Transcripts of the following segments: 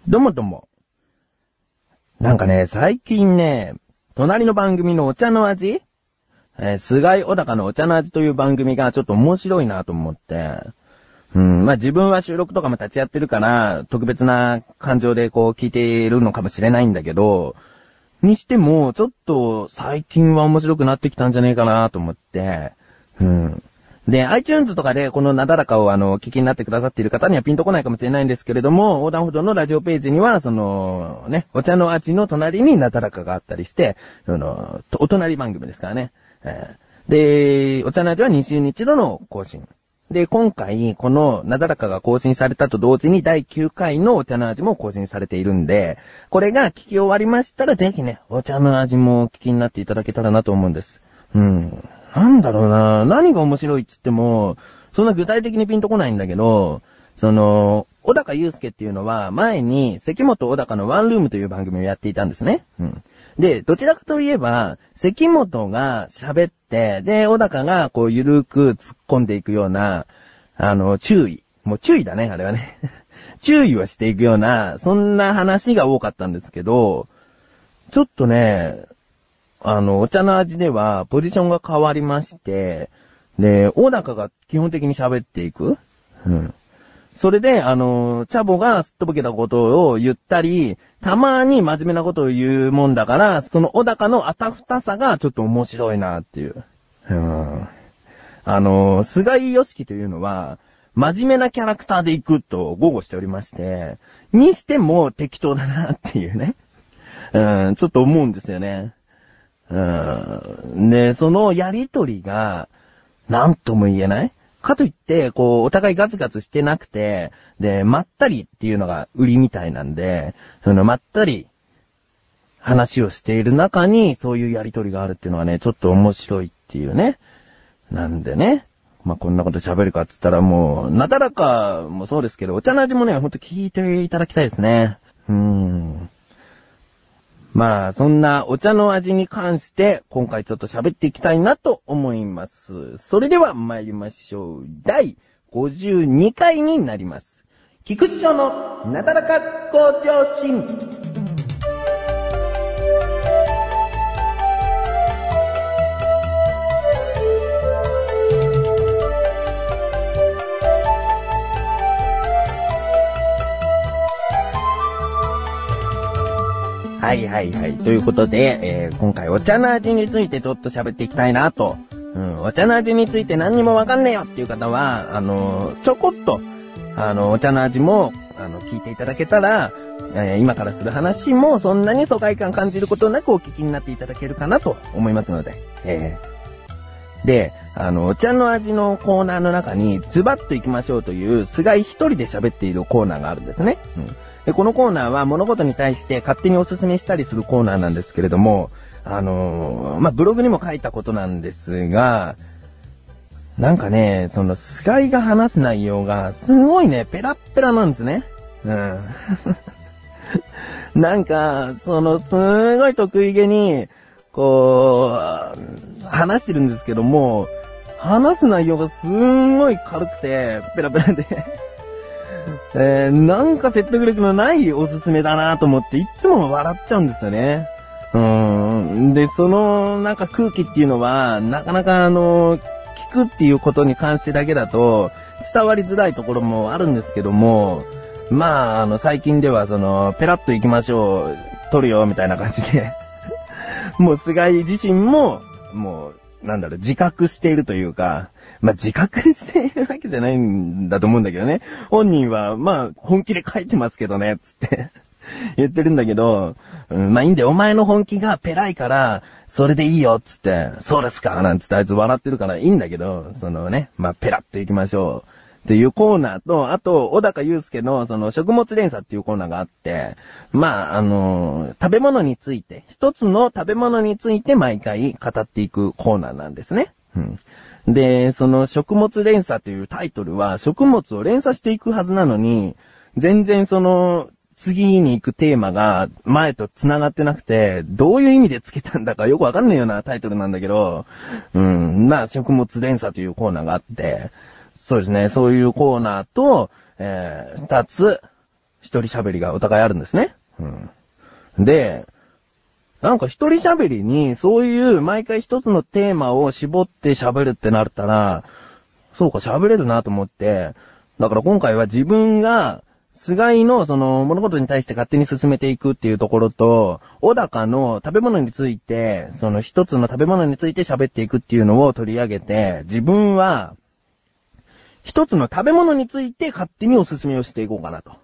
どうもどうも。なんかね、最近ね、隣の番組のお茶の味、菅井小高のお茶の味という番組がちょっと面白いなと思って、まあ自分は収録とかも立ち会ってるから、特別な感情でこう聞いているのかもしれないんだけど、にしても、ちょっと最近は面白くなってきたんじゃねえかなと思って、で、iTunes とかでこのなだらかを聞きになってくださっている方にはピンとこないかもしれないんですけれども、横断歩道のラジオページには、お茶の味の隣になだらかがあったりして、お隣番組ですからね。で、お茶の味は2週に1度の更新。で、今回、このなだらかが更新されたと同時に第9回のお茶の味も更新されているんで、これが聞き終わりましたら、ぜひね、お茶の味も聞きになっていただけたらなと思うんです。なんだろうな、何が面白いっつっても、そんな具体的にピンとこないんだけど、小高祐介っていうのは、前に関本小高のワンルームという番組をやっていたんですね。で、どちらかといえば、関本が喋って、で、小高がこうゆるく突っ込んでいくような、注意。もう注意だね、あれはね。注意をしていくような、そんな話が多かったんですけど、ちょっとね、お茶の味では、ポジションが変わりまして、で、小高が基本的に喋っていく。それで、チャボがすっとぼけたことを言ったり、たまに真面目なことを言うもんだから、その小高のあたふたさがちょっと面白いなっていう。菅井良樹というのは、真面目なキャラクターで行くと豪語しておりまして、にしても適当だなっていうね。ちょっと思うんですよね。で、そのやりとりが、なんとも言えないかといって、こう、お互いガツガツしてなくて、で、まったりっていうのが売りみたいなんで、まったり話をしている中に、そういうやりとりがあるっていうのはね、ちょっと面白いっていうね。なんでね、まあ、こんなこと喋るかっつったらもう、なだらかもそうですけど、お茶の味もね、ほんと聞いていただきたいですね。まあ、そんなお茶の味に関して、今回ちょっと喋っていきたいなと思います。それでは参りましょう。第52回になります。菊池翔のなだらか向上心。はい。ということで、今回お茶の味についてちょっと喋っていきたいなと。お茶の味について何にもわかんねえよっていう方は、ちょこっと、お茶の味も、聞いていただけたら、今からする話もそんなに疎外感感じることなくお聞きになっていただけるかなと思いますので。で、お茶の味のコーナーの中に、ズバッと行きましょうという、菅井一人で喋っているコーナーがあるんですね。で、このコーナーは物事に対して勝手におすすめしたりするコーナーなんですけれども、ブログにも書いたことなんですが、なんかね、菅井が話す内容がすごいね、ペラッペラなんですね。なんか、すごい得意げに、こう、話してるんですけども、話す内容がすんごい軽くて、ペラペラで、なんか説得力のないおすすめだなと思って、いつも笑っちゃうんですよね。で、なんか空気っていうのは、なかなか聞くっていうことに関してだけだと、伝わりづらいところもあるんですけども、まあ、最近ではペラッと行きましょう、撮るよ、みたいな感じで、もう菅井自身も、もう、自覚しているというか、まあ、自覚しているわけじゃないんだと思うんだけどね。本人は、まあ、本気で書いてますけどね、つって言ってるんだけど、まあいいんだよ、お前の本気がペラいから、それでいいよ、つって、そうですか、なんつってあいつ笑ってるからいいんだけど、まあ、ペラッと行きましょう。っていうコーナーと、あと、小高祐介の食物連鎖っていうコーナーがあって、まあ、食べ物について、一つの食べ物について毎回語っていくコーナーなんですね。で、食物連鎖というタイトルは食物を連鎖していくはずなのに、全然次に行くテーマが前と繋がってなくて、どういう意味でつけたんだかよくわかんないようなタイトルなんだけど、まあ食物連鎖というコーナーがあって、そうですね、そういうコーナーと、二つ一人喋りがお互いあるんですね。で、なんか一人喋りにそういう毎回一つのテーマを絞って喋るってなったら、そうか喋れるなと思って、だから今回は自分が菅井のその物事に対して勝手に進めていくっていうところと、小高の食べ物について、その一つの食べ物について喋っていくっていうのを取り上げて、自分は一つの食べ物について勝手におすすめをしていこうかなと、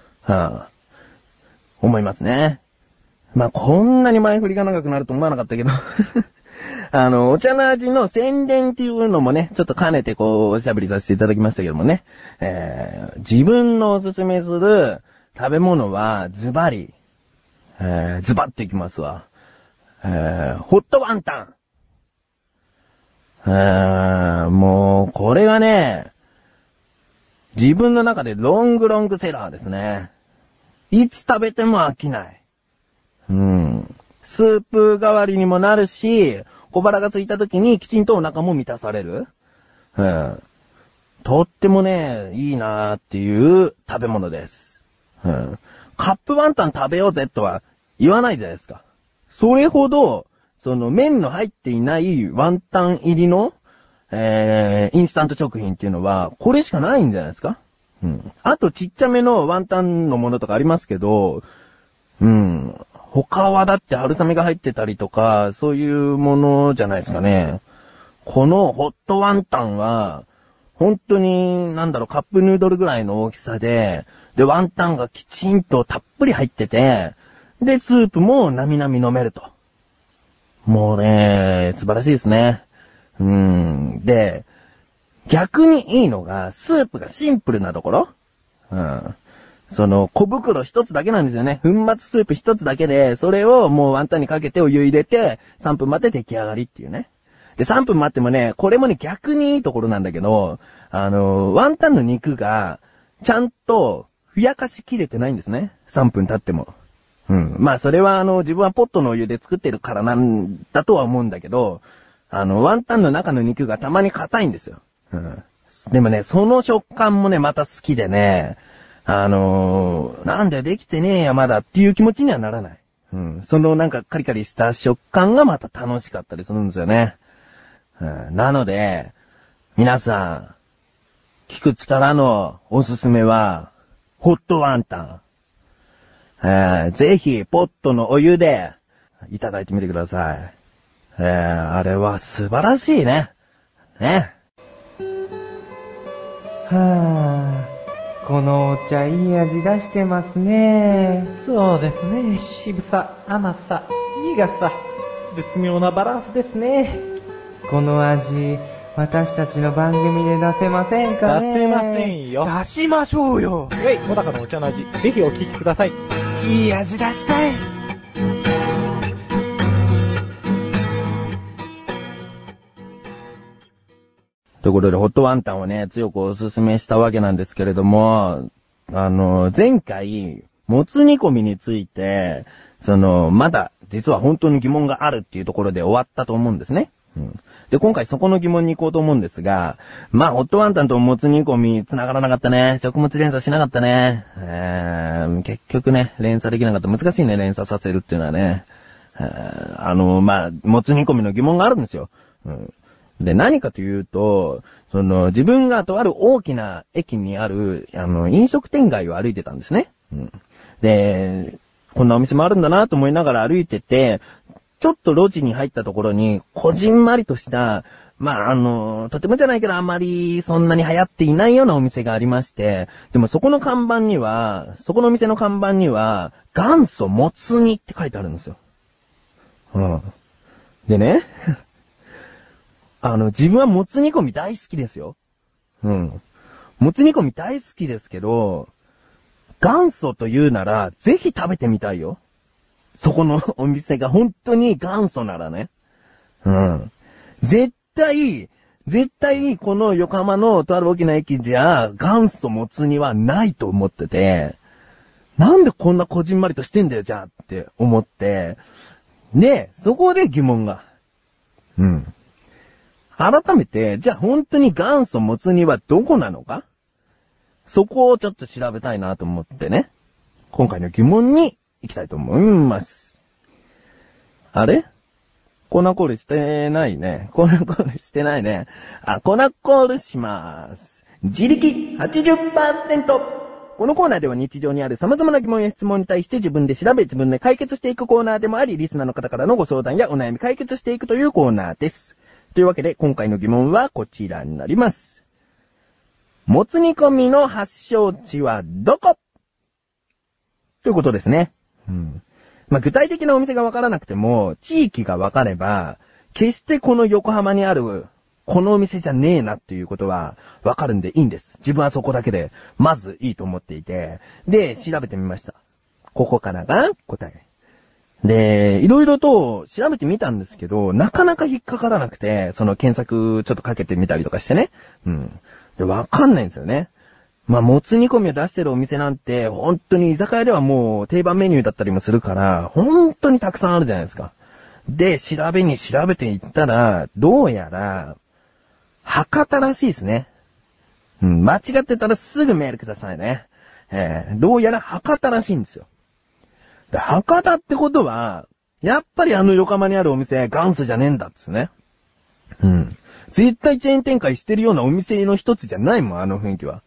思いますね。まあ、こんなに前振りが長くなると思わなかったけどお茶の味の宣伝っていうのもね、ちょっと兼ねておしゃべりさせていただきましたけどもね。自分のおすすめする食べ物はズバリ、ズバッといきますわ。ホットワンタン。もう、これがね、自分の中でロングセラーですね。いつ食べても飽きない。スープ代わりにもなるし、小腹が空いた時にきちんとお腹も満たされる。とってもね、いいなーっていう食べ物です。カップワンタン食べようぜとは言わないじゃないですか。それほど、その麺の入っていないワンタン入りの、インスタント食品っていうのは、これしかないんじゃないですか。あとちっちゃめのワンタンのものとかありますけど、他はだって春雨が入ってたりとか、そういうものじゃないですかね。このホットワンタンは、本当に、カップヌードルぐらいの大きさで、ワンタンがきちんとたっぷり入ってて、で、スープもなみなみ飲めると。もうね、素晴らしいですね。で、逆にいいのが、スープがシンプルなところ。その、小袋一つだけなんですよね。粉末スープ一つだけで、それをもうワンタンにかけてお湯入れて、3分待って出来上がりっていうね。で、3分待ってもね、これもね、逆にいいところなんだけど、ワンタンの肉が、ちゃんと、ふやかしきれてないんですね。3分経っても。まあ、それは自分はポットのお湯で作ってるからなんだとは思うんだけど、ワンタンの中の肉がたまに硬いんですよ。でもね、その食感もね、また好きでね、なんでできてねえやまだっていう気持ちにはならない。そのカリカリした食感がまた楽しかったりするんですよね。なので、皆さん、聞く力のおすすめは、ホットワンタン。ぜひ、ポットのお湯で、いただいてみてください。あれは素晴らしいね。ね。 このお茶いい味出してますね。 そうですね。渋さ、甘さ、苦さ、絶妙なバランスですね。 この味、私たちの番組で出せませんかね。 出せませんよ。 出しましょうよ。 小高のお茶の味、ぜひお聞きください。 いい味出したい。 ということで、ホットワンタンをね、強くおすすめしたわけなんですけれども、前回、もつ煮込みについて、まだ、実は本当に疑問があるっていうところで終わったと思うんですね。で、今回そこの疑問に行こうと思うんですが、まあ、ホットワンタンともつ煮込み繋がらなかったね。食物連鎖しなかったね。結局ね、連鎖できなかった。難しいね、連鎖させるっていうのはね。まあ、もつ煮込みの疑問があるんですよ。で、何かというと、自分がとある大きな駅にある、飲食店街を歩いてたんですね。で、こんなお店もあるんだなと思いながら歩いてて、ちょっと路地に入ったところに、こじんまりとした、まあ、とてもじゃないけどあまりそんなに流行っていないようなお店がありまして、でもそこの看板には、そこのお店の看板には、元祖もつ煮って書いてあるんですよ。でね、自分はもつ煮込み大好きですよ。もつ煮込み大好きですけど、元祖というなら、ぜひ食べてみたいよ。そこのお店が本当に元祖ならね。絶対、この横浜のとある大きな駅じゃ、元祖もつ煮はないと思ってて、なんでこんなこじんまりとしてんだよ、じゃあって思って、で、そこで疑問が。改めて、じゃあ本当に元祖もつ煮はどこなのか？そこをちょっと調べたいなと思ってね。 今回の疑問に行きたいと思います。あれ？粉コールしてないね。粉コールしてないね。粉コールします。自力 80%。このコーナーでは日常にある様々な疑問や質問に対して自分で調べ自分で解決していくコーナーでもあり、リスナーの方からのご相談やお悩み解決していくというコーナーです。というわけで今回の疑問はこちらになります。もつ煮込みの発祥地はどこ？ということですね。具体的なお店がわからなくても、地域がわかれば、決してこの横浜にある、このお店じゃねえなっていうことはわかるんでいいんです。自分はそこだけで、まずいいと思っていて、で、調べてみました。ここからが答え。で、いろいろと調べてみたんですけど、なかなか引っかからなくて、その検索ちょっとかけてみたりとかしてね。で、わかんないんですよね。もつ煮込みを出してるお店なんて、本当に居酒屋ではもう定番メニューだったりもするから、本当にたくさんあるじゃないですか。で、調べていったら、どうやら、博多らしいですね。間違ってたらすぐメールくださいね。どうやら博多らしいんですよ。で、博多ってことは、やっぱり横浜にあるお店、元祖じゃねえんだっつね。絶対チェーン展開してるようなお店の一つじゃないもん、あの雰囲気は。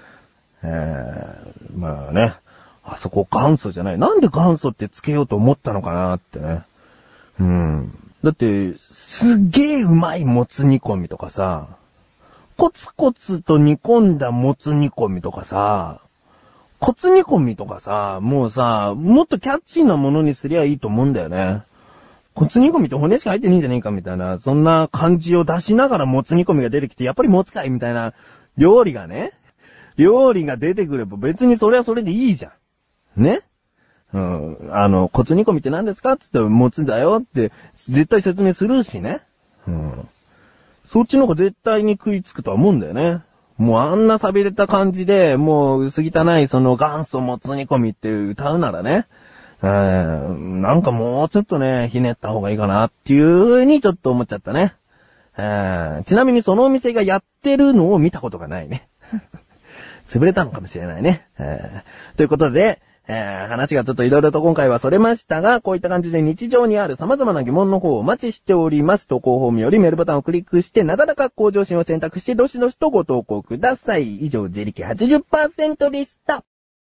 あそこ元祖じゃない。なんで元祖ってつけようと思ったのかなってね。だって、すっげえうまいもつ煮込みとかさ、コツコツと煮込んだもつ煮込みとかさ、コツ煮込みとかさ、もうさ、もっとキャッチーなものにすりゃいいと思うんだよね。コツ煮込みって骨しか入ってねえんじゃねえかみたいな、そんな感じを出しながらもつ煮込みが出てきて、やっぱりもつかいみたいな料理が出てくれば別にそれはそれでいいじゃん。ね？コツ煮込みって何ですかって言ったら、もつだよって絶対説明するしね。そっちの方が絶対に食いつくとは思うんだよね。もうあんな錆びれた感じで、もう薄汚いその元祖もつ煮込みって歌うならね。なんかもうちょっとね、ひねった方がいいかなっていう風にちょっと思っちゃったね。ちなみにそのお店がやってるのを見たことがないね。潰れたのかもしれないね。ということで、話がちょっといろいろと今回はそれましたが、こういった感じで日常にある様々な疑問の方をお待ちしております。投稿フォームよりメールボタンをクリックして、なだらか向上心を選択して、どしどしとご投稿ください。以上、自力 80% でした。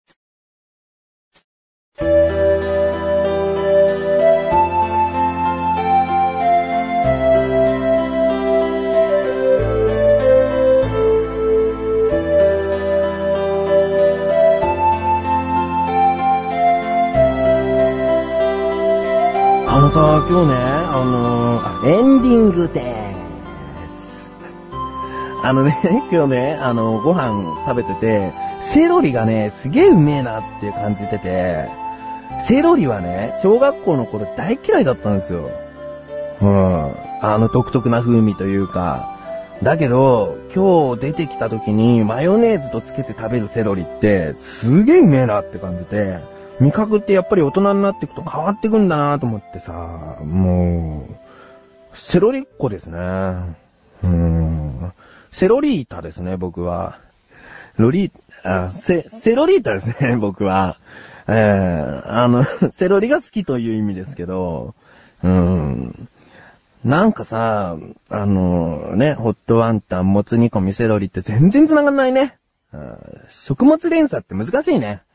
今日ね、エンディングでーす。今日ね、ご飯食べてて、セロリがね、すげえうめえなって感じてて、セロリはね、小学校の頃大嫌いだったんですよ。独特な風味というか。だけど、今日出てきた時にマヨネーズとつけて食べるセロリって、すげえうめえなって感じて、味覚ってやっぱり大人になっていくと変わってくんだなと思ってさ、もう、セロリっ子ですね。セロリータですね、僕は。セロリータですね、僕は。セロリが好きという意味ですけど、なんかさ、ホットワンタン、もつ煮込み、セロリって全然繋がんないね。食物連鎖って難しいね。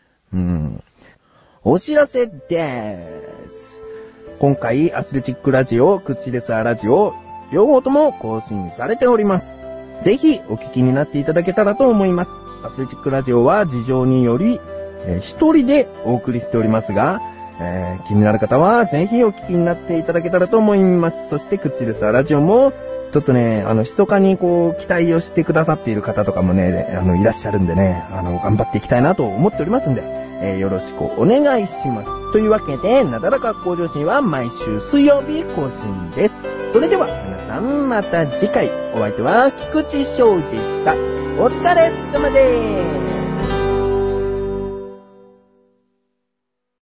お知らせでーす。今回、アスレチックラジオ、クッチレスアラジオ、両方とも更新されております。ぜひお聞きになっていただけたらと思います。アスレチックラジオは事情により、一人でお送りしておりますが、気になる方はぜひお聞きになっていただけたらと思います。そしてクッチレスアラジオも、ちょっとね、密かにこう、期待をしてくださっている方とかもね、いらっしゃるんでね、頑張っていきたいなと思っておりますんで、よろしくお願いします。というわけで、なだらか向上心は毎週水曜日更新です。それでは、皆さんまた次回、お相手は菊池翔でした。お疲れ様です。